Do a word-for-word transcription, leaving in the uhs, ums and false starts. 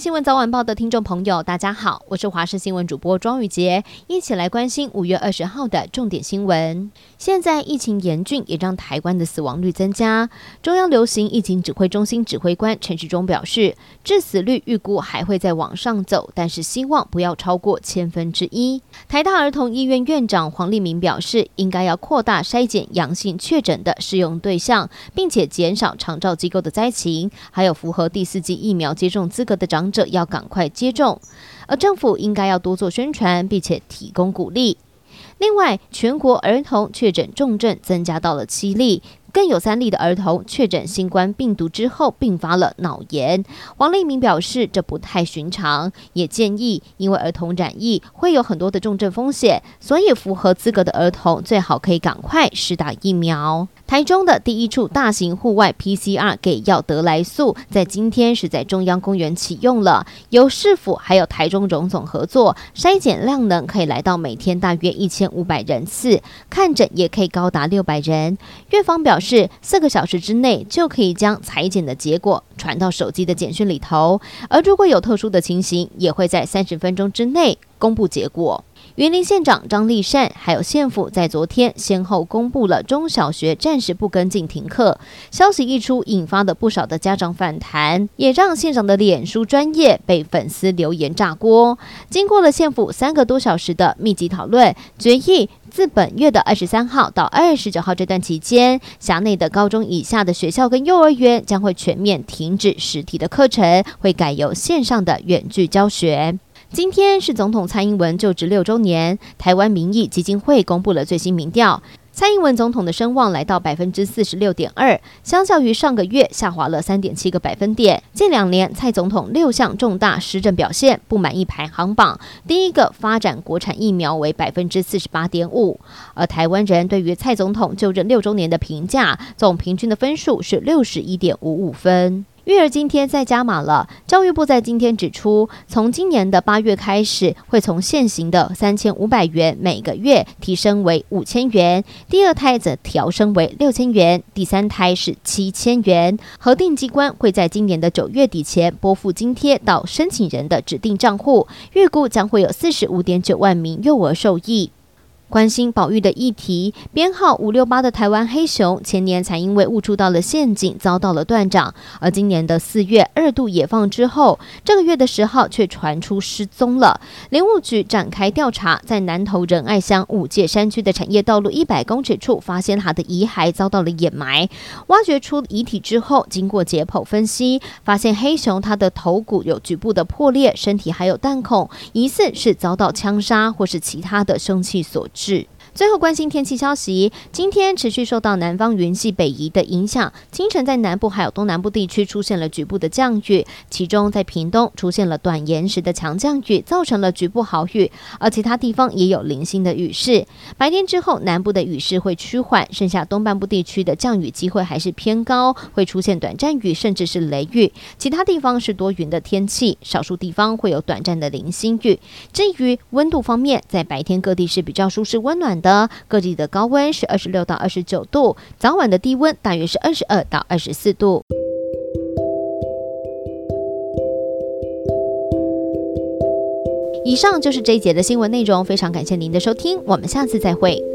新闻早晚报的听众朋友，大家好，我是华视新闻主播庄宇杰，一起来关心五月二十号的重点新闻。现在疫情严峻，也让台湾的死亡率增加。中央流行疫情指挥中心指挥官陈时中表示，致死率预估还会再往上走，但是希望不要超过千分之一。台大儿童医院院长黄立明表示，应该要扩大筛检阳性确诊的适用对象，并且减少长照机构的灾情，还有符合第四剂疫苗接种资格的长者要赶快接种，而政府应该要多做宣传，并且提供鼓励。另外，全国儿童确诊重症增加到了七例，更有三例的儿童确诊新冠病毒之后并发了脑炎。黄立明表示，这不太寻常，也建议，因为儿童染疫会有很多的重症风险，所以符合资格的儿童最好可以赶快施打疫苗。台中的第一处大型户外 P C R 给药得来速，在今天是在中央公园启用了，由市府还有台中荣总合作，筛检量能可以来到每天大约一千五百人次，看诊也可以高达六百人。院方表示，四个小时之内就可以将采检的结果传到手机的简讯里头，而如果有特殊的情形，也会在三十分钟之内公布结果。云林县长张丽善还有县府在昨天先后公布了中小学暂时不跟进停课，消息一出，引发了不少的家长反弹，也让县长的脸书专页被粉丝留言炸锅。经过了县府三个多小时的密集讨论，决议自本月的二十三号到二十九号这段期间，辖内的高中以下的学校跟幼儿园将会全面停止实体的课程，会改由线上的远距教学。今天是总统蔡英文就职六周年，台湾民意基金会公布了最新民调，蔡英文总统的声望来到 百分之四十六点二， 相较于上个月下滑了 三点七个百分点。近两年蔡总统六项重大施政表现不满意排行榜，第一个发展国产疫苗为 百分之四十八点五， 而台湾人对于蔡总统就任六周年的评价，总平均的分数是 六十一点五五分。育儿津贴再加码了，教育部在今天指出，从今年的八月开始，会从现行的三千五百元每个月提升为五千元，第二胎则调升为六千元，第三胎是七千元。核定机关会在今年的九月底前拨付津贴到申请人的指定账户，预估将会有 四十五点九万名幼儿受益。关心保育的议题，编号五六八的台湾黑熊前年才因为误触到了陷阱遭到了断掌，而今年的四月二度野放之后，这个月的十号却传出失踪了。林务局展开调查，在南投仁爱乡五界山区的产业道路一百公尺处发现它的遗骸遭到了掩埋，挖掘出遗体之后，经过解剖分析，发现黑熊它的头骨有局部的破裂，身体还有弹孔，疑似是遭到枪杀或是其他的凶器所致。最后关心天气消息，今天持续受到南方云系北移的影响，清晨在南部还有东南部地区出现了局部的降雨，其中在屏东出现了短延时的强降雨，造成了局部豪雨，而其他地方也有零星的雨势。白天之后，南部的雨势会趋缓，剩下东半部地区的降雨机会还是偏高，会出现短暂雨甚至是雷雨，其他地方是多云的天气，少数地方会有短暂的零星雨。至于温度方面，在白天各地是比较舒适温暖的，各地的高温是二十六到二十九度，早晚的低温大约是二十二到二十四度。以上就是这一节的新闻内容，非常感谢您的收听，我们下次再会。